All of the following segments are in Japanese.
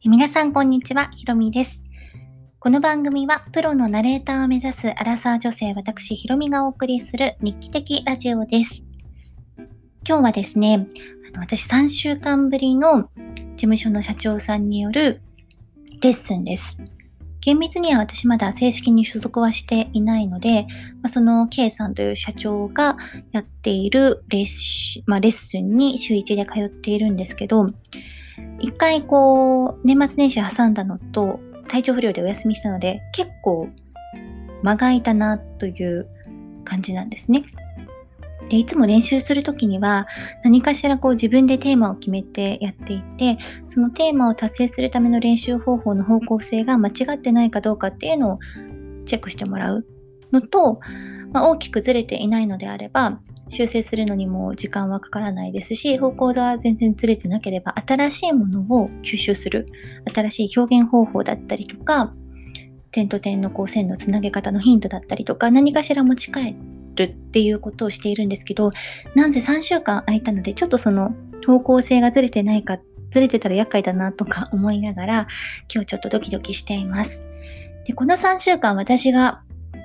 皆さんこんにちは、ひろみです。この番組はプロのナレーターを目指すアラサー女性私ひろみがお送りする日記的ラジオです。今日はですね、私3週間ぶりの事務所の社長さんによるレッスンです。厳密には私まだ正式に所属はしていないので、その K さんという社長がやっているレッスンに週1で通っているんですけど、一回年末年始挟んだのと体調不良でお休みしたので結構間が空いたなという感じなんですね。で、いつも練習するときには何かしら自分でテーマを決めてやっていて、そのテーマを達成するための練習方法の方向性が間違ってないかどうかっていうのをチェックしてもらうのと、大きくずれていないのであれば修正するのにも時間はかからないですし、方向が全然ずれてなければ新しいものを吸収する、新しい表現方法だったりとか、点と点の線のつなげ方のヒントだったりとか、何かしら持ち帰るっていうことをしているんですけど、なんせ3週間空いたのでちょっとその方向性がずれてないか、ずれてたら厄介だなとか思いながら今日ちょっとドキドキしています。で、この3週間私が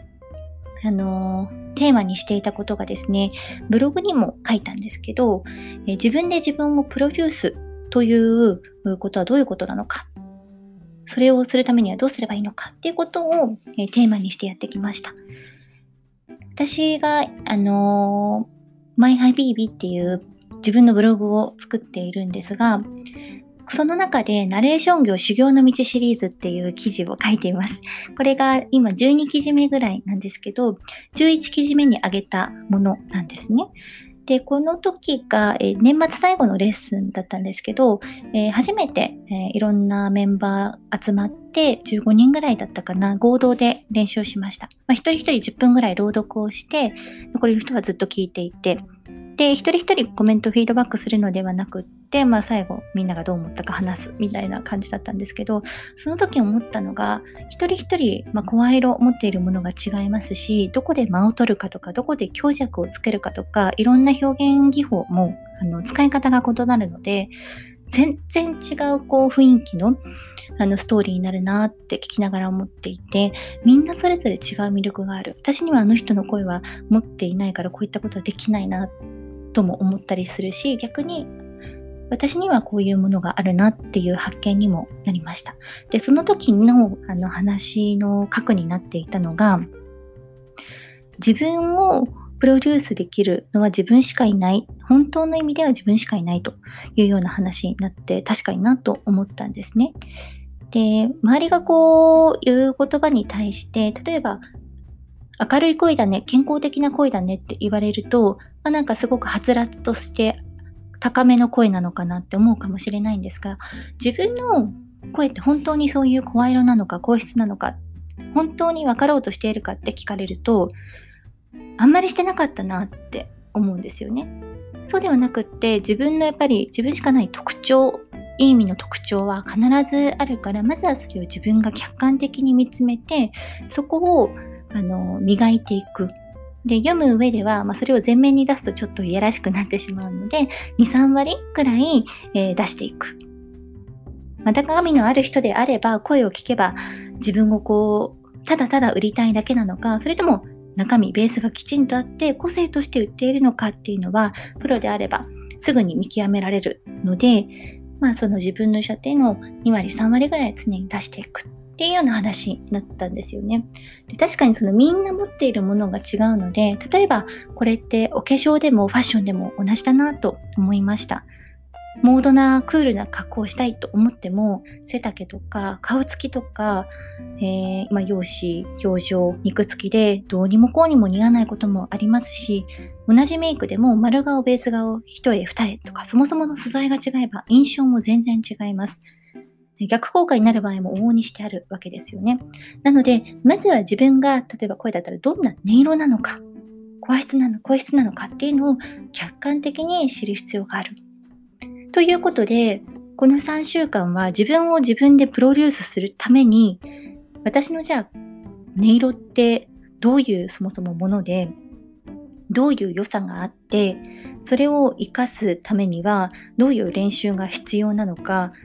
テーマにしていたことがですね、ブログにも書いたんですけど、自分で自分をプロデュースということはどういうことなのか、それをするためにはどうすればいいのかっていうことをテーマにしてやってきました。私がマイハビービっていう自分のブログを作っているんですが、その中でナレーション業修行の道シリーズっていう記事を書いています。これが今12記事目ぐらいなんですけど、11記事目に上げたものなんですね。で、この時が、年末最後のレッスンだったんですけど、初めて、いろんなメンバー集まって15人ぐらいだったかな、合同で練習しました。一人一人10分ぐらい朗読をして、残りの人はずっと聞いていて、で、一人一人コメントフィードバックするのではなくって、最後みんながどう思ったか話すみたいな感じだったんですけど、その時思ったのが、一人一人、声色を持っているものが違いますし、どこで間を取るかとか、どこで強弱をつけるかとか、いろんな表現技法も使い方が異なるので、全然違う雰囲気のストーリーになるなって聞きながら思っていて、みんなそれぞれ違う魅力がある。私にはあの人の声は持っていないからこういったことはできないなとも思ったりするし、逆に私にはこういうものがあるなっていう発見にもなりました。で、その時の話の核になっていたのが、自分をプロデュースできるのは自分しかいない。本当の意味では自分しかいないというような話になって確かになと思ったんですね。で、周りが言う言葉に対して、例えば明るい声だね、健康的な声だねって言われると、なんかすごくはつらつとして高めの声なのかなって思うかもしれないんですが、自分の声って本当にそういう声色なのか、声質なのか、本当に分かろうとしているかって聞かれると、あんまりしてなかったなって思うんですよね。そうではなくって、自分のやっぱり自分しかない特徴、いい意味の特徴は必ずあるから、まずはそれを自分が客観的に見つめて、そこを磨いていく。で、読む上では、それを前面に出すとちょっといやらしくなってしまうので、2、3割くらい、出していく。中身のある人であれば、声を聞けば自分をただただ売りたいだけなのか、それとも中身、ベースがきちんとあって個性として売っているのかっていうのは、プロであればすぐに見極められるので、その自分の射程の2割、3割ぐらい常に出していくっていうような話になったんですよね。で、確かにみんな持っているものが違うので、例えばこれってお化粧でもファッションでも同じだなと思いました。モードなクールな格好をしたいと思っても、背丈とか顔つきとか、容姿、表情、肉付きでどうにもこうにも似合わないこともありますし、同じメイクでも丸顔、ベース顔、一重二重とか、そもそもの素材が違えば印象も全然違います。逆効果になる場合も往々にしてあるわけですよね。なので、まずは自分が、例えば声だったらどんな音色なのか、声質なのかっていうのを客観的に知る必要がある。ということで、この3週間は自分を自分でプロデュースするために、私のじゃあ、音色ってどういうそもそももので、どういう良さがあって、それを活かすためにはどういう練習が必要なのか、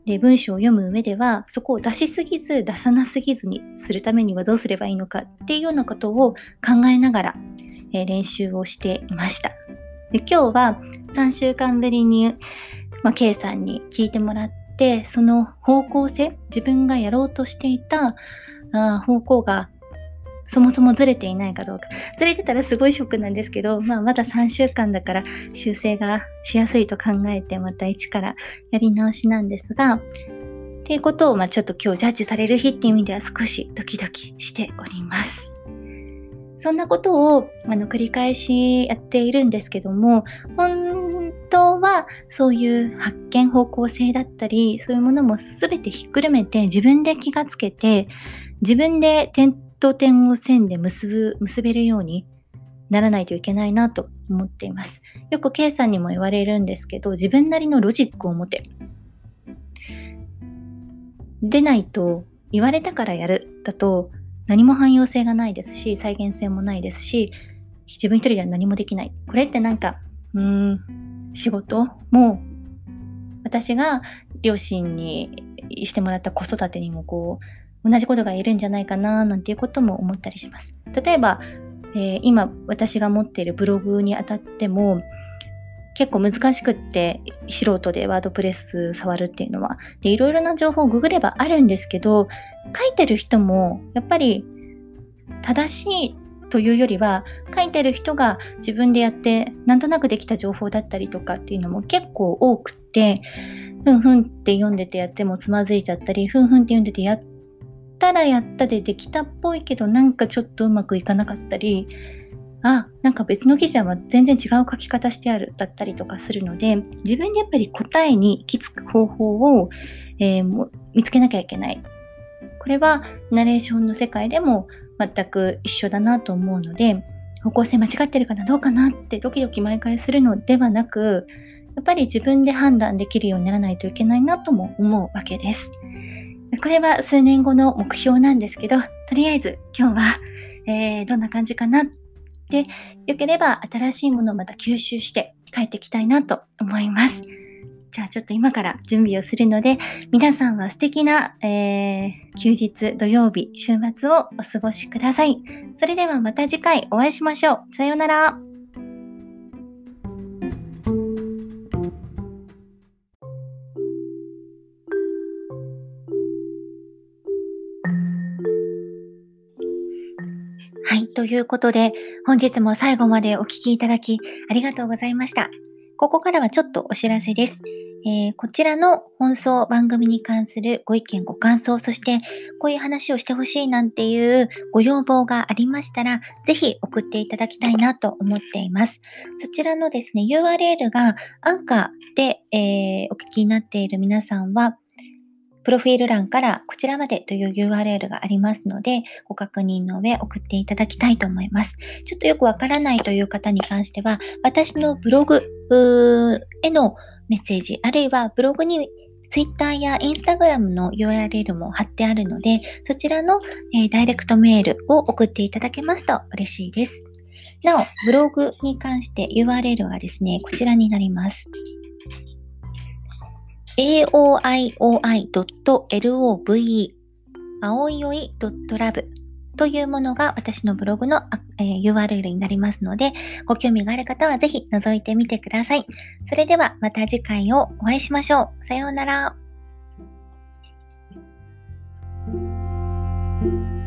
で、文章を読む上では、そこを出しすぎず、出さなすぎずにするためにはどうすればいいのかっていうようなことを考えながら、練習をしていました。で、今日は3週間ぶりに、K さんに聞いてもらって、その方向性、自分がやろうとしていた方向がそもそもずれていないかどうか。ずれてたらすごいショックなんですけど、まだ3週間だから修正がしやすいと考えて、また一からやり直しなんですが、っていうことをちょっと今日ジャッジされる日っていう意味では少しドキドキしております。そんなことを繰り返しやっているんですけども、本当はそういう発見方向性だったり、そういうものも全てひっくるめて自分で気がつけて、自分で点と点を線で結べるようにならないといけないなと思っています。よく K さんにも言われるんですけど、自分なりのロジックを持て。でないと、言われたからやるだと何も汎用性がないですし、再現性もないですし、自分一人では何もできない。これって仕事も私が両親にしてもらった子育てにも同じことが言えるんじゃないかななんていうことも思ったりします。例えば、今私が持っているブログにあたっても結構難しくって素人でワードプレス触るっていうのは。で、いろいろな情報をググればあるんですけど、書いてる人もやっぱり正しいというよりは、書いてる人が自分でやってなんとなくできた情報だったりとかっていうのも結構多くて、ふんふんって読んでてやってもつまずいちゃったり、ふんふんって読んでてやったらやったでできたっぽいけどなんかちょっとうまくいかなかったり、なんか別の記事は全然違う書き方してあるだったりとかするので、自分でやっぱり答えに行き着く方法を、見つけなきゃいけない。これはナレーションの世界でも全く一緒だなと思うので、方向性間違ってるかなどうかなってドキドキ毎回するのではなく、やっぱり自分で判断できるようにならないといけないなとも思うわけです。これは数年後の目標なんですけど、とりあえず今日は、どんな感じかなで、よければ新しいものをまた吸収して帰ってきたいなと思います。じゃあちょっと今から準備をするので、皆さんは素敵な、休日、土曜日、週末をお過ごしください。それではまた次回お会いしましょう。さようなら。はい、ということで、本日も最後までお聞きいただきありがとうございました。ここからはちょっとお知らせです。こちらの放送番組に関するご意見、ご感想、そしてこういう話をしてほしいなんていうご要望がありましたら、ぜひ送っていただきたいなと思っています。そちらのですね、URL がアンカーで、お聞きになっている皆さんは、プロフィール欄からこちらまでという URL がありますので、ご確認の上送っていただきたいと思います。ちょっとよくわからないという方に関しては、私のブログへのメッセージ、あるいはブログに Twitter や Instagram の URL も貼ってあるので、そちらの、ダイレクトメールを送っていただけますと嬉しいです。なお、ブログに関して URL はですね、こちらになります。aoioi.love 青いおい .love というものが私のブログの、URL になりますので、ご興味がある方はぜひ覗いてみてください。それではまた次回をお会いしましょう。さようなら。